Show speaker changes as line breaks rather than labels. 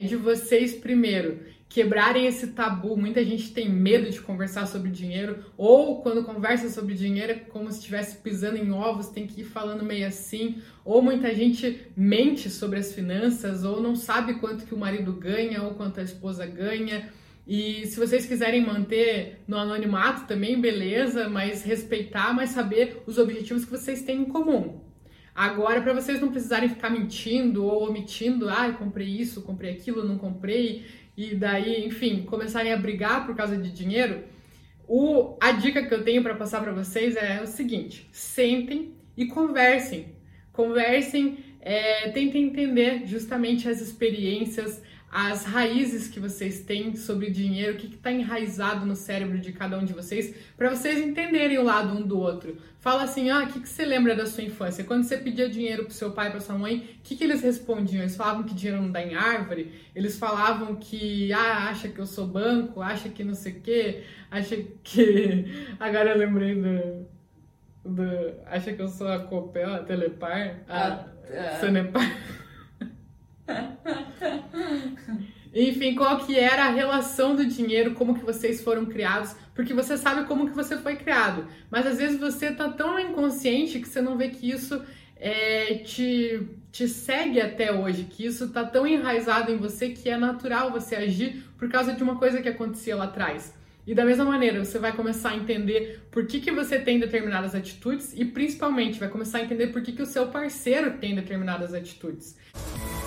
de vocês primeiro quebrarem esse tabu. Muita gente tem medo de conversar sobre dinheiro, ou quando conversa sobre dinheiro é como se estivesse pisando em ovos, tem que ir falando meio assim, ou muita gente mente sobre as finanças, ou não sabe quanto que o marido ganha, ou quanto a esposa ganha. E se vocês quiserem manter no anonimato também, beleza, mas respeitar, mas saber os objetivos que vocês têm em comum. Agora, para vocês não precisarem ficar mentindo ou omitindo, comprei isso, comprei aquilo, não comprei, e daí, enfim, começarem a brigar por causa de dinheiro, a dica que eu tenho para passar para vocês é o seguinte: sentem e conversem. Conversem, tentem entender justamente as experiências, as raízes que vocês têm sobre dinheiro, o que está enraizado no cérebro de cada um de vocês, para vocês entenderem o lado um do outro. Fala assim, o que você lembra da sua infância? Quando você pedia dinheiro pro seu pai e pra sua mãe, o que eles respondiam? Eles falavam que dinheiro não dá em árvore? Eles falavam que, acha que eu sou banco, acha que não sei o quê, acha que... Agora eu lembrei acha que eu sou a Copel, a Telepar, a Sanepar... Enfim, qual que era a relação do dinheiro, como que vocês foram criados, porque você sabe como que você foi criado, mas às vezes você tá tão inconsciente que você não vê que isso te segue até hoje, que isso tá tão enraizado em você que é natural você agir por causa de uma coisa que acontecia lá atrás. E da mesma maneira, você vai começar a entender por que você tem determinadas atitudes e principalmente vai começar a entender por que o seu parceiro tem determinadas atitudes.